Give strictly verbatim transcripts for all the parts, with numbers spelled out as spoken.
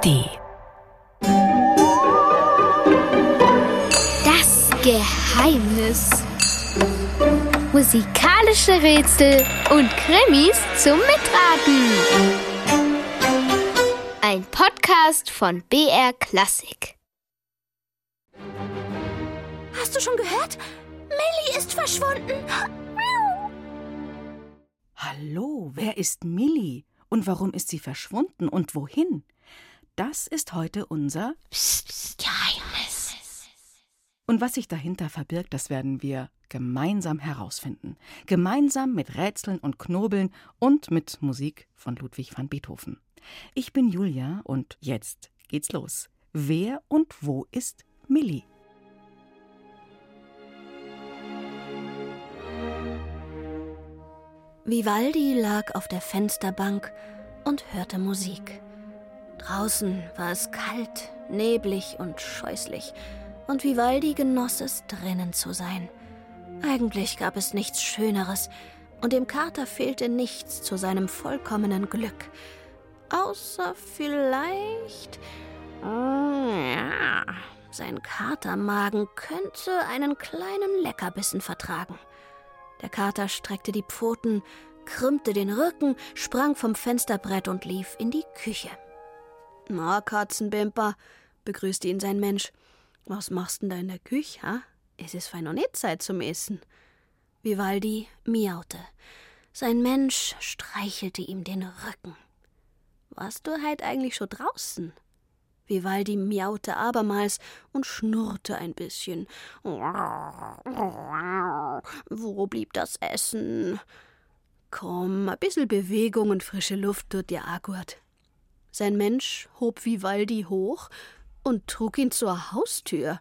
D. Das Geheimnis. Musikalische Rätsel und Krimis zum Mitraten. Ein Podcast von B R Klassik. Hast du schon gehört? Millie ist verschwunden. Hallo, wer ist Millie? Und warum ist sie verschwunden und wohin? Das ist heute unser Psst, Psst, Geheimnis. Und was sich dahinter verbirgt, das werden wir gemeinsam herausfinden. Gemeinsam mit Rätseln und Knobeln und mit Musik von Ludwig van Beethoven. Ich bin Julia und jetzt geht's los. Wer und wo ist Millie? Vivaldi lag auf der Fensterbank und hörte Musik. Draußen war es kalt, neblig und scheußlich, und Vivaldi genoss es, drinnen zu sein. Eigentlich gab es nichts Schöneres, und dem Kater fehlte nichts zu seinem vollkommenen Glück. Außer vielleicht... Oh, ja, sein Katermagen könnte einen kleinen Leckerbissen vertragen. Der Kater streckte die Pfoten, krümmte den Rücken, sprang vom Fensterbrett und lief in die Küche. »Na, Katzenbimper«, begrüßte ihn sein Mensch. »Was machst denn da in der Küche, ha? Es ist fein noch nicht Zeit zum Essen.« Vivaldi miaute. Sein Mensch streichelte ihm den Rücken. »Warst du heut eigentlich schon draußen?« Vivaldi miaute abermals und schnurrte ein bisschen. »Wo blieb das Essen?« »Komm, ein bisschen Bewegung und frische Luft tut dir auch gut.« Sein Mensch hob Vivaldi hoch und trug ihn zur Haustür.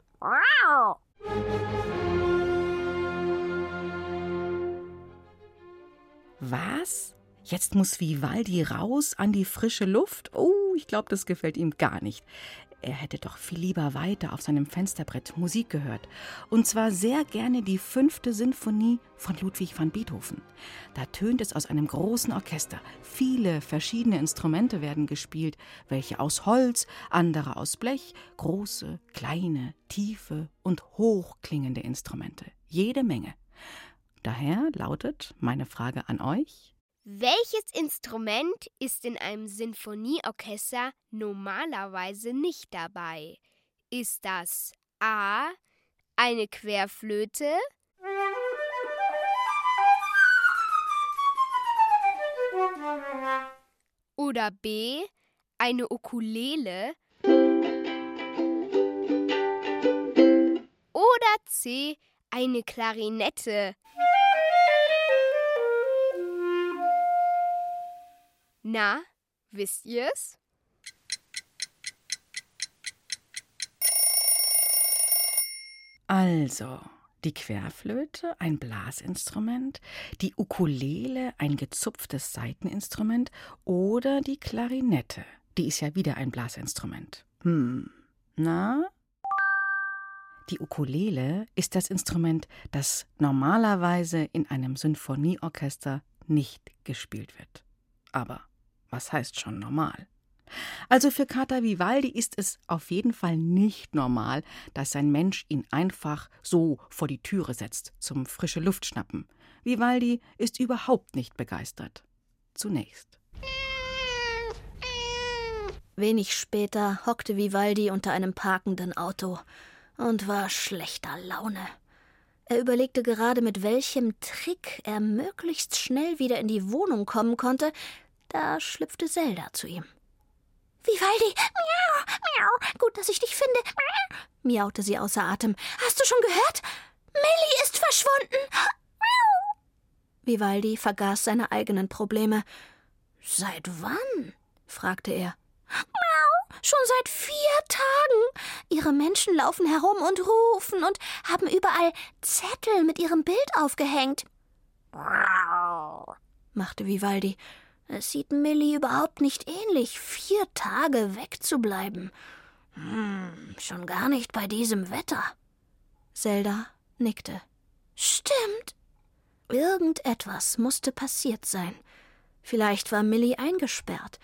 Was? Jetzt muss Vivaldi raus an die frische Luft? Oh, ich glaube, das gefällt ihm gar nicht. Er hätte doch viel lieber weiter auf seinem Fensterbrett Musik gehört. Und zwar sehr gerne die fünfte Sinfonie von Ludwig van Beethoven. Da tönt es aus einem großen Orchester. Viele verschiedene Instrumente werden gespielt, welche aus Holz, andere aus Blech, große, kleine, tiefe und hochklingende Instrumente. Jede Menge. Daher lautet meine Frage an euch: Welches Instrument ist in einem Sinfonieorchester normalerweise nicht dabei? Ist das A. eine Querflöte, oder B. eine Ukulele oder C. eine Klarinette? Na, wisst ihr's? Also, die Querflöte, ein Blasinstrument, die Ukulele, ein gezupftes Saiteninstrument oder die Klarinette, die ist ja wieder ein Blasinstrument. Hm, na? Die Ukulele ist das Instrument, das normalerweise in einem Sinfonieorchester nicht gespielt wird. Aber was heißt schon normal? Also für Kater Vivaldi ist es auf jeden Fall nicht normal, dass sein Mensch ihn einfach so vor die Türe setzt, zum frische Luft schnappen. Vivaldi ist überhaupt nicht begeistert. Zunächst. Wenig später hockte Vivaldi unter einem parkenden Auto und war schlechter Laune. Er überlegte gerade, mit welchem Trick er möglichst schnell wieder in die Wohnung kommen konnte. Da schlüpfte Zelda zu ihm. »Vivaldi, miau, miau, gut, dass ich dich finde«, miau, miaute sie außer Atem. »Hast du schon gehört? Millie ist verschwunden!« Miau. Vivaldi vergaß seine eigenen Probleme. »Seit wann?« fragte er. »Miau, schon seit vier Tagen. Ihre Menschen laufen herum und rufen und haben überall Zettel mit ihrem Bild aufgehängt.« Miau, machte Vivaldi. Es sieht Millie überhaupt nicht ähnlich, vier Tage wegzubleiben. Hm, schon gar nicht bei diesem Wetter. Zelda nickte. Stimmt. Irgendetwas musste passiert sein. Vielleicht war Millie eingesperrt.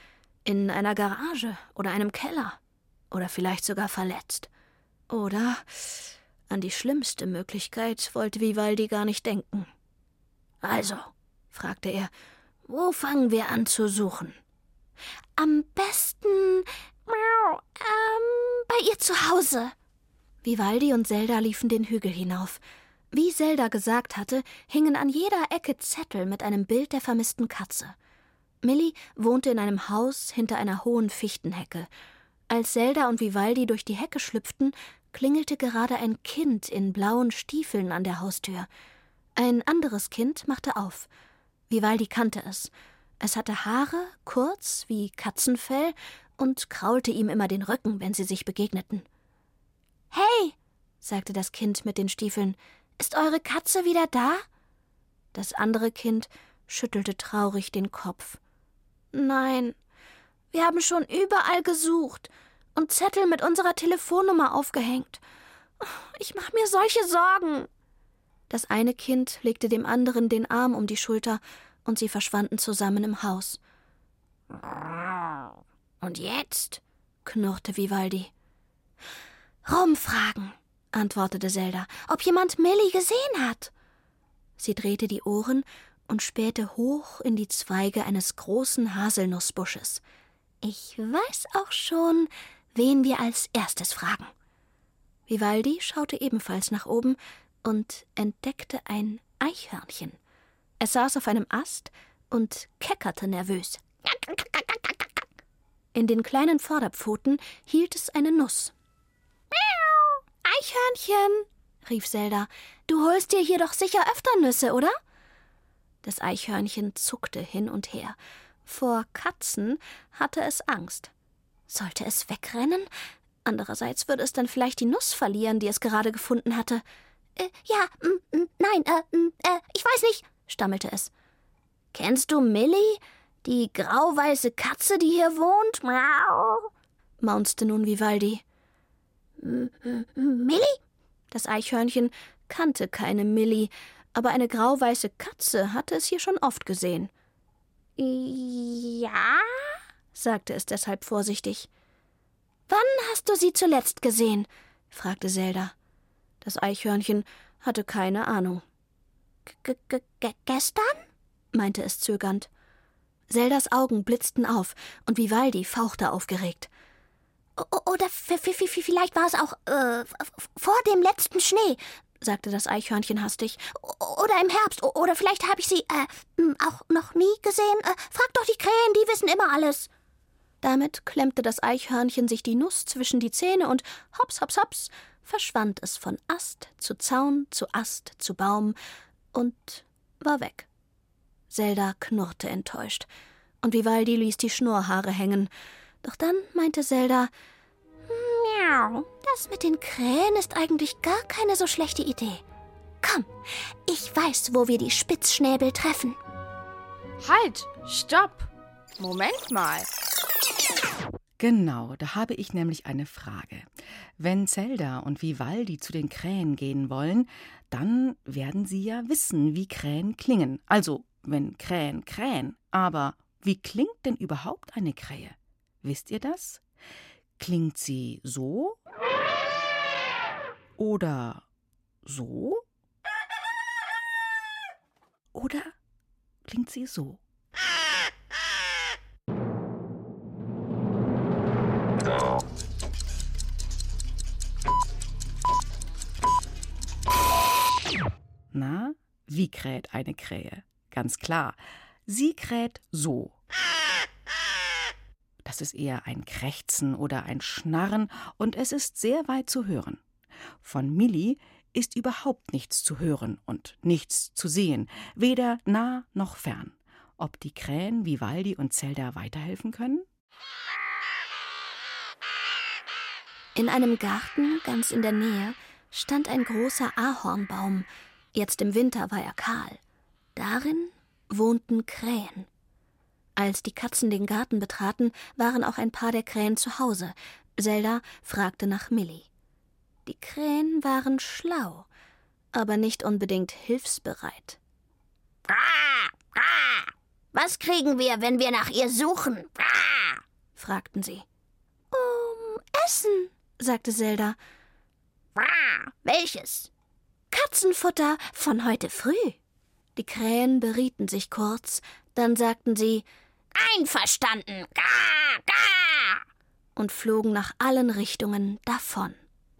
In einer Garage oder einem Keller. Oder vielleicht sogar verletzt. Oder an die schlimmste Möglichkeit wollte Vivaldi gar nicht denken. Also, fragte er, wo fangen wir an zu suchen? Am besten ähm, bei ihr zu Hause. Vivaldi und Zelda liefen den Hügel hinauf. Wie Zelda gesagt hatte, hingen an jeder Ecke Zettel mit einem Bild der vermissten Katze. Millie wohnte in einem Haus hinter einer hohen Fichtenhecke. Als Zelda und Vivaldi durch die Hecke schlüpften, klingelte gerade ein Kind in blauen Stiefeln an der Haustür. Ein anderes Kind machte auf. Vivaldi kannte es. Es hatte Haare, kurz wie Katzenfell, und kraulte ihm immer den Rücken, wenn sie sich begegneten. »Hey«, sagte das Kind mit den Stiefeln, »ist eure Katze wieder da?« Das andere Kind schüttelte traurig den Kopf. »Nein, wir haben schon überall gesucht und Zettel mit unserer Telefonnummer aufgehängt. Ich mache mir solche Sorgen.« Das eine Kind legte dem anderen den Arm um die Schulter und sie verschwanden zusammen im Haus. »Und jetzt?«, knurrte Vivaldi. »Rumfragen«, antwortete Zelda, »ob jemand Millie gesehen hat.« Sie drehte die Ohren und spähte hoch in die Zweige eines großen Haselnussbusches. »Ich weiß auch schon, wen wir als erstes fragen.« Vivaldi schaute ebenfalls nach oben und entdeckte ein Eichhörnchen. Es saß auf einem Ast und keckerte nervös. In den kleinen Vorderpfoten hielt es eine Nuss. »Miau, Eichhörnchen«, rief Zelda, »du holst dir hier doch sicher öfter Nüsse, oder?« Das Eichhörnchen zuckte hin und her. Vor Katzen hatte es Angst. Sollte es wegrennen? Andererseits würde es dann vielleicht die Nuss verlieren, die es gerade gefunden hatte. Äh, ja, m, m, nein, äh, m, äh, ich weiß nicht, stammelte es. »Kennst du Millie, die grau-weiße Katze, die hier wohnt?« Miau, maunzte nun Vivaldi. M- m- »Millie?« Das Eichhörnchen kannte keine Millie, aber eine grau-weiße Katze hatte es hier schon oft gesehen. »Ja«, sagte es deshalb vorsichtig. »Wann hast du sie zuletzt gesehen?« fragte Zelda. Das Eichhörnchen hatte keine Ahnung. G -g -g »Gestern?« meinte es zögernd. Zeldas Augen blitzten auf und Vivaldi fauchte aufgeregt. O oder vielleicht war es auch äh, vor dem letzten Schnee, sagte das Eichhörnchen hastig. O oder im Herbst. O oder vielleicht habe ich sie äh, auch noch nie gesehen. Äh, frag doch die Krähen, die wissen immer alles. Damit klemmte das Eichhörnchen sich die Nuss zwischen die Zähne und hops, hops, hops, verschwand es von Ast zu Zaun, zu Ast, zu Baum und war weg. Zelda knurrte enttäuscht und Vivaldi ließ die Schnurrhaare hängen. Doch dann meinte Zelda, »Miau, das mit den Krähen ist eigentlich gar keine so schlechte Idee. Komm, ich weiß, wo wir die Spitzschnäbel treffen.« Halt, stopp, Moment mal. Genau, da habe ich nämlich eine Frage. Wenn Zelda und Vivaldi zu den Krähen gehen wollen, dann werden sie ja wissen, wie Krähen klingen. Also, wenn Krähen krähen. Aber wie klingt denn überhaupt eine Krähe? Wisst ihr das? Klingt sie so? Oder so? Oder klingt sie so? Na, wie kräht eine Krähe? Ganz klar, sie kräht so. Das ist eher ein Krächzen oder ein Schnarren und es ist sehr weit zu hören. Von Millie ist überhaupt nichts zu hören und nichts zu sehen, weder nah noch fern. Ob die Krähen Vivaldi und Zelda weiterhelfen können? In einem Garten ganz in der Nähe stand ein großer Ahornbaum. Jetzt im Winter war er kahl. Darin wohnten Krähen. Als die Katzen den Garten betraten, waren auch ein paar der Krähen zu Hause. Zelda fragte nach Millie. Die Krähen waren schlau, aber nicht unbedingt hilfsbereit. Was kriegen wir, wenn wir nach ihr suchen? fragten sie. Um Essen, sagte Zelda. Ah, welches? Katzenfutter von heute früh. Die Krähen berieten sich kurz, dann sagten sie »Einverstanden! Ga, ga!« und flogen nach allen Richtungen davon.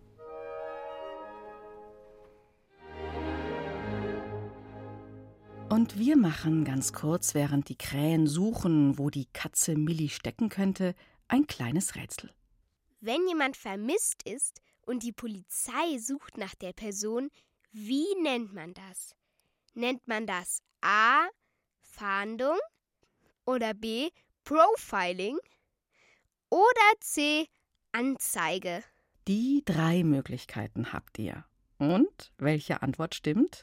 Und wir machen ganz kurz, während die Krähen suchen, wo die Katze Milli stecken könnte, ein kleines Rätsel. Wenn jemand vermisst ist und die Polizei sucht nach der Person, wie nennt man das? Nennt man das A. Fahndung oder B. Profiling oder C. Anzeige? Die drei Möglichkeiten habt ihr. Und welche Antwort stimmt?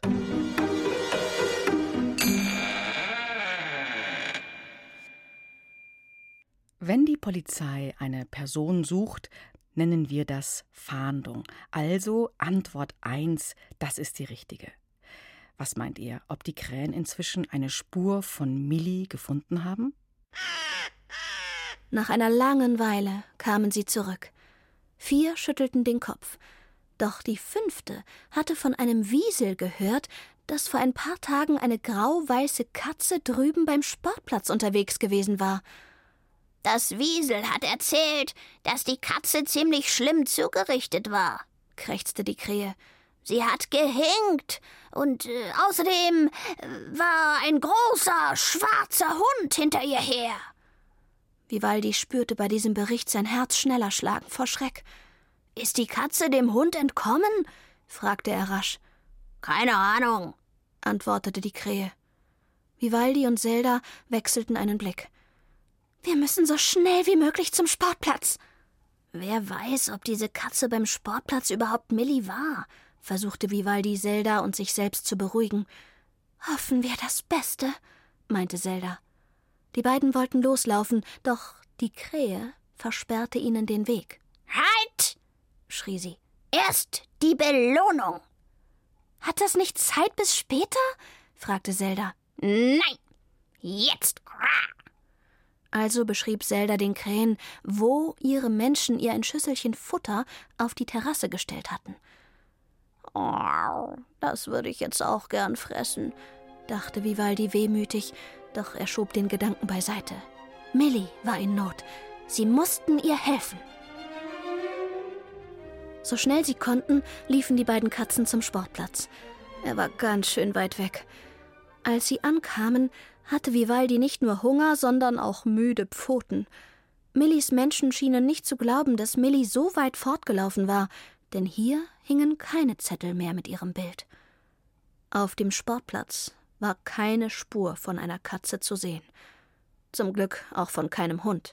Wenn die Polizei eine Person sucht, nennen wir das Fahndung. Also Antwort eins, das ist die richtige. Was meint ihr, ob die Krähen inzwischen eine Spur von Milli gefunden haben? Nach einer langen Weile kamen sie zurück. Vier schüttelten den Kopf. Doch die fünfte hatte von einem Wiesel gehört, dass vor ein paar Tagen eine grau-weiße Katze drüben beim Sportplatz unterwegs gewesen war. »Das Wiesel hat erzählt, dass die Katze ziemlich schlimm zugerichtet war«, krächzte die Krähe. »Sie hat gehinkt und äh, außerdem äh, war ein großer, schwarzer Hund hinter ihr her.« Vivaldi spürte bei diesem Bericht sein Herz schneller schlagen vor Schreck. »Ist die Katze dem Hund entkommen?« fragte er rasch. »Keine Ahnung«, antwortete die Krähe. Vivaldi und Zelda wechselten einen Blick. »Wir müssen so schnell wie möglich zum Sportplatz.« »Wer weiß, ob diese Katze beim Sportplatz überhaupt Milli war«, versuchte Vivaldi, Zelda und sich selbst zu beruhigen. »Hoffen wir das Beste«, meinte Zelda. Die beiden wollten loslaufen, doch die Krähe versperrte ihnen den Weg. »Halt!« schrie sie. »Erst die Belohnung!« »Hat das nicht Zeit bis später?« fragte Zelda. »Nein, jetzt!« Also beschrieb Zelda den Krähen, wo ihre Menschen ihr ein Schüsselchen Futter auf die Terrasse gestellt hatten. »Oh, das würde ich jetzt auch gern fressen«, dachte Vivaldi wehmütig, doch er schob den Gedanken beiseite. Milli war in Not. Sie mussten ihr helfen. So schnell sie konnten, liefen die beiden Katzen zum Sportplatz. Er war ganz schön weit weg. Als sie ankamen, hatte Vivaldi nicht nur Hunger, sondern auch müde Pfoten. Millis Menschen schienen nicht zu glauben, dass Milli so weit fortgelaufen war, denn hier hingen keine Zettel mehr mit ihrem Bild. Auf dem Sportplatz war keine Spur von einer Katze zu sehen. Zum Glück auch von keinem Hund.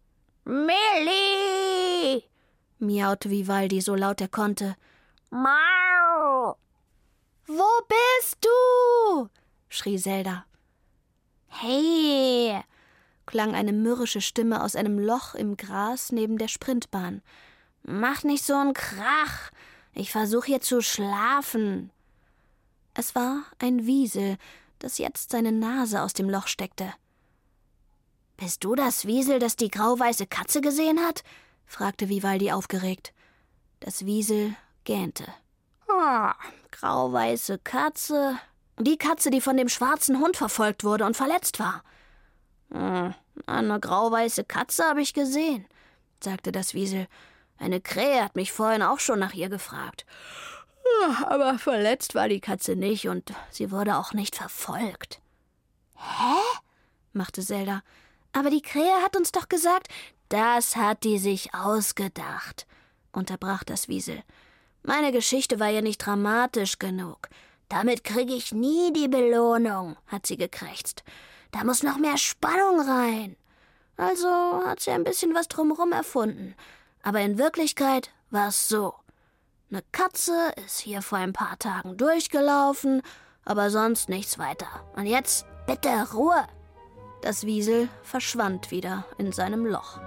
»Milli!« miaute Vivaldi so laut er konnte. »Mau!« »Wo bist du?« schrie Zelda. »Hey!« klang eine mürrische Stimme aus einem Loch im Gras neben der Sprintbahn. »Mach nicht so einen Krach! Ich versuche hier zu schlafen!« Es war ein Wiesel, das jetzt seine Nase aus dem Loch steckte. »Bist du das Wiesel, das die grau-weiße Katze gesehen hat?« fragte Vivaldi aufgeregt. Das Wiesel gähnte. »Oh, grau-weiße Katze. Die Katze, die von dem schwarzen Hund verfolgt wurde und verletzt war.« »Hm, eine grau-weiße Katze habe ich gesehen«, sagte das Wiesel. »Eine Krähe hat mich vorhin auch schon nach ihr gefragt. Aber verletzt war die Katze nicht und sie wurde auch nicht verfolgt.« »Hä?« machte Zelda. »Aber die Krähe hat uns doch gesagt...« »Das hat die sich ausgedacht«, unterbrach das Wiesel. »Meine Geschichte war ja nicht dramatisch genug. Damit kriege ich nie die Belohnung«, hat sie gekrächzt. »Da muss noch mehr Spannung rein.« Also hat sie ein bisschen was drumherum erfunden. Aber in Wirklichkeit war es so. Eine Katze ist hier vor ein paar Tagen durchgelaufen, aber sonst nichts weiter. Und jetzt bitte Ruhe!« Das Wiesel verschwand wieder in seinem Loch.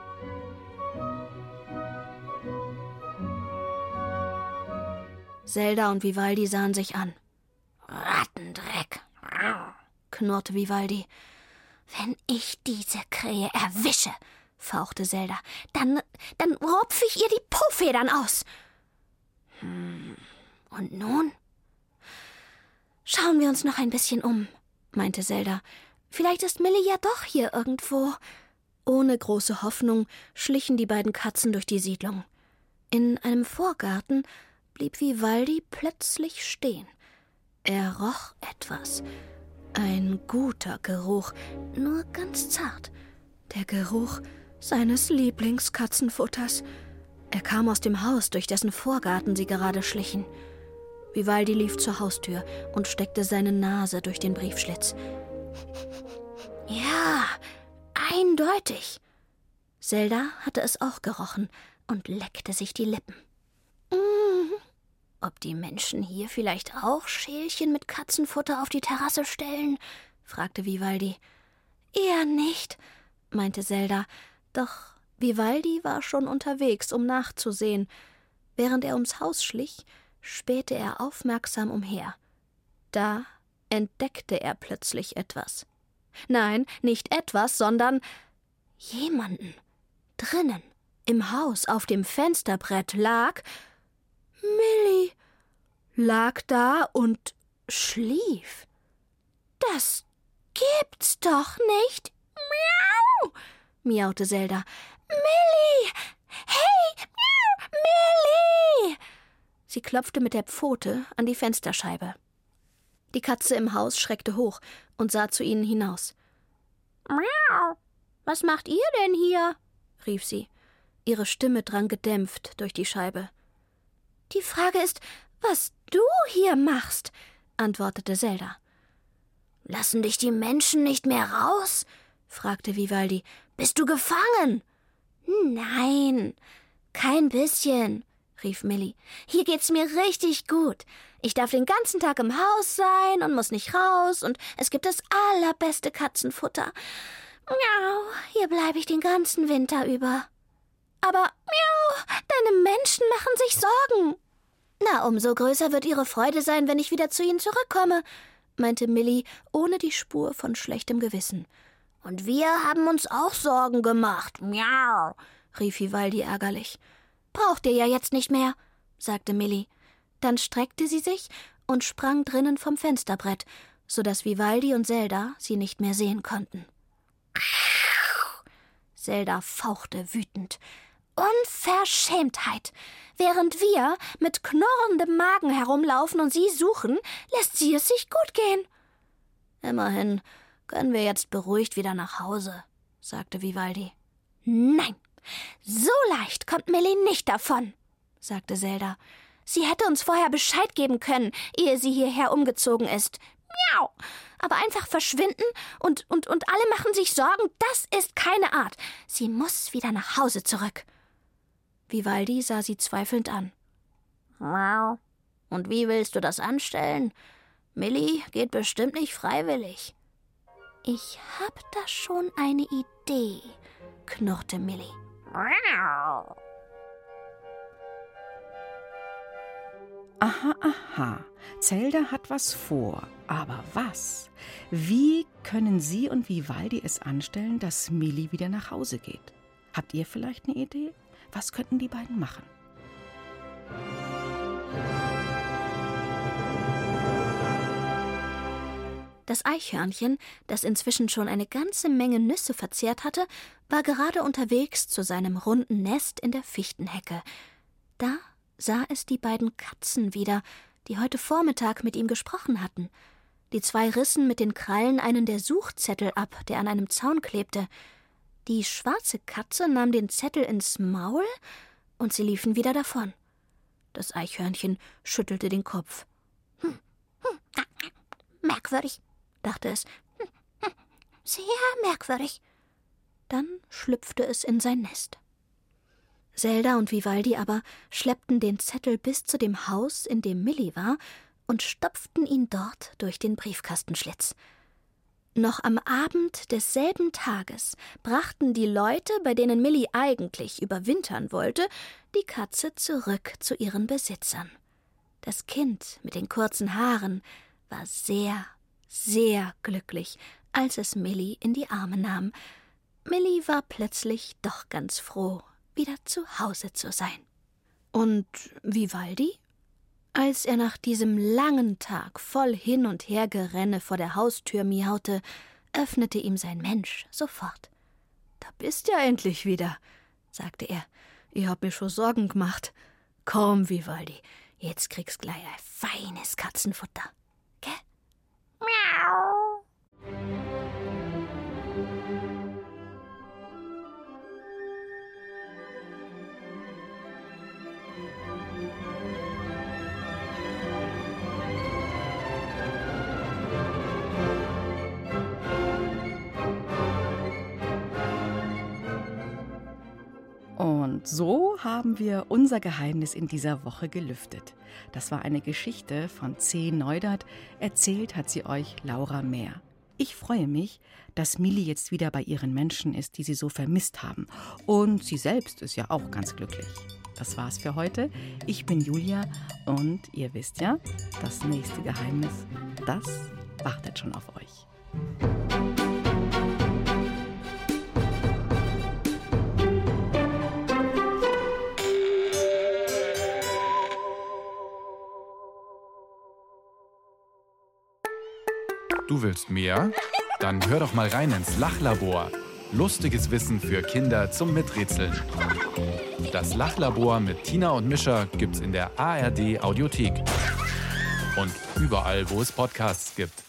Zelda und Vivaldi sahen sich an. »Rattendreck«, knurrte Vivaldi. »Wenn ich diese Krähe erwische, fauchte Zelda. Dann, dann rupfe ich ihr die Po-Federn aus. Hm, und nun? Schauen wir uns noch ein bisschen um, meinte Zelda. Vielleicht ist Millie ja doch hier irgendwo. Ohne große Hoffnung schlichen die beiden Katzen durch die Siedlung. In einem Vorgarten blieb Vivaldi plötzlich stehen. Er roch etwas. Ein guter Geruch, nur ganz zart. Der Geruch seines Lieblingskatzenfutters. Er kam aus dem Haus, durch dessen Vorgarten sie gerade schlichen. Vivaldi lief zur Haustür und steckte seine Nase durch den Briefschlitz. Ja, eindeutig. Zelda hatte es auch gerochen und leckte sich die Lippen. Mm. Ob die Menschen hier vielleicht auch Schälchen mit Katzenfutter auf die Terrasse stellen? Fragte Vivaldi. Eher nicht, meinte Zelda. Doch Vivaldi war schon unterwegs, um nachzusehen. Während er ums Haus schlich, spähte er aufmerksam umher. Da entdeckte er plötzlich etwas. Nein, nicht etwas, sondern jemanden. Drinnen, im Haus, auf dem Fensterbrett lag Millie. Lag da und schlief. Das gibt's doch nicht. Miau, miaute Zelda. Millie! Hey, miau, Millie! Sie klopfte mit der Pfote an die Fensterscheibe. Die Katze im Haus schreckte hoch und sah zu ihnen hinaus. Miau! Was macht ihr denn hier? Rief sie. Ihre Stimme drang gedämpft durch die Scheibe. Die Frage ist, was du hier machst, antwortete Zelda. Lassen dich die Menschen nicht mehr raus? Fragte Vivaldi. Bist du gefangen? Nein, kein bisschen, rief Millie. Hier geht's mir richtig gut. Ich darf den ganzen Tag im Haus sein und muss nicht raus und es gibt das allerbeste Katzenfutter. Miau, hier bleibe ich den ganzen Winter über. Aber, miau, deine Menschen machen sich Sorgen. Na, umso größer wird ihre Freude sein, wenn ich wieder zu ihnen zurückkomme, meinte Millie ohne die Spur von schlechtem Gewissen. Und wir haben uns auch Sorgen gemacht. Miau, rief Vivaldi ärgerlich. Braucht ihr ja jetzt nicht mehr, sagte Millie. Dann streckte sie sich und sprang drinnen vom Fensterbrett, so dass Vivaldi und Zelda sie nicht mehr sehen konnten. Zelda fauchte wütend. Unverschämtheit! Während wir mit knurrendem Magen herumlaufen und sie suchen, lässt sie es sich gut gehen. Immerhin können wir jetzt beruhigt wieder nach Hause, sagte Vivaldi. Nein, so leicht kommt Millie nicht davon, sagte Zelda. Sie hätte uns vorher Bescheid geben können, ehe sie hierher umgezogen ist. Miau! Aber einfach verschwinden und, und, und alle machen sich Sorgen, das ist keine Art. Sie muss wieder nach Hause zurück. Vivaldi sah sie zweifelnd an. Miau. Und wie willst du das anstellen? Millie geht bestimmt nicht freiwillig. Ich hab da schon eine Idee, knurrte Millie. Miau. Aha, aha. Zelda hat was vor. Aber was? Wie können Sie und Vivaldi es anstellen, dass Millie wieder nach Hause geht? Habt ihr vielleicht eine Idee? Was könnten die beiden machen? Das Eichhörnchen, das inzwischen schon eine ganze Menge Nüsse verzehrt hatte, war gerade unterwegs zu seinem runden Nest in der Fichtenhecke. Da sah es die beiden Katzen wieder, die heute Vormittag mit ihm gesprochen hatten. Die zwei rissen mit den Krallen einen der Suchzettel ab, der an einem Zaun klebte. Die schwarze Katze nahm den Zettel ins Maul und sie liefen wieder davon. Das Eichhörnchen schüttelte den Kopf. Hm, hm, merkwürdig, dachte es. Hm, hm, sehr merkwürdig. Dann schlüpfte es in sein Nest. Zelda und Vivaldi aber schleppten den Zettel bis zu dem Haus, in dem Millie war, und stopften ihn dort durch den Briefkastenschlitz. Noch am Abend desselben Tages brachten die Leute, bei denen Millie eigentlich überwintern wollte, die Katze zurück zu ihren Besitzern. Das Kind mit den kurzen Haaren war sehr, sehr glücklich, als es Millie in die Arme nahm. Millie war plötzlich doch ganz froh, wieder zu Hause zu sein. Und Vivaldi? Als er nach diesem langen Tag voll Hin- und Hergerenne vor der Haustür miaute, öffnete ihm sein Mensch sofort. »Da bist ja endlich wieder«, sagte er. »Ich hab mir schon Sorgen gemacht. Komm, Vivaldi, jetzt kriegst gleich ein feines Katzenfutter. Gell?« Miau. Und so haben wir unser Geheimnis in dieser Woche gelüftet. Das war eine Geschichte von C. Neudert. Erzählt hat sie euch Laura Mehr. Ich freue mich, dass Millie jetzt wieder bei ihren Menschen ist, die sie so vermisst haben. Und sie selbst ist ja auch ganz glücklich. Das war's für heute. Ich bin Julia und ihr wisst ja, das nächste Geheimnis, das wartet schon auf euch. Du willst mehr? Dann hör doch mal rein ins Lachlabor. Lustiges Wissen für Kinder zum Miträtseln. Das Lachlabor mit Tina und Mischa gibt's in der A R D Audiothek. Und überall, wo es Podcasts gibt.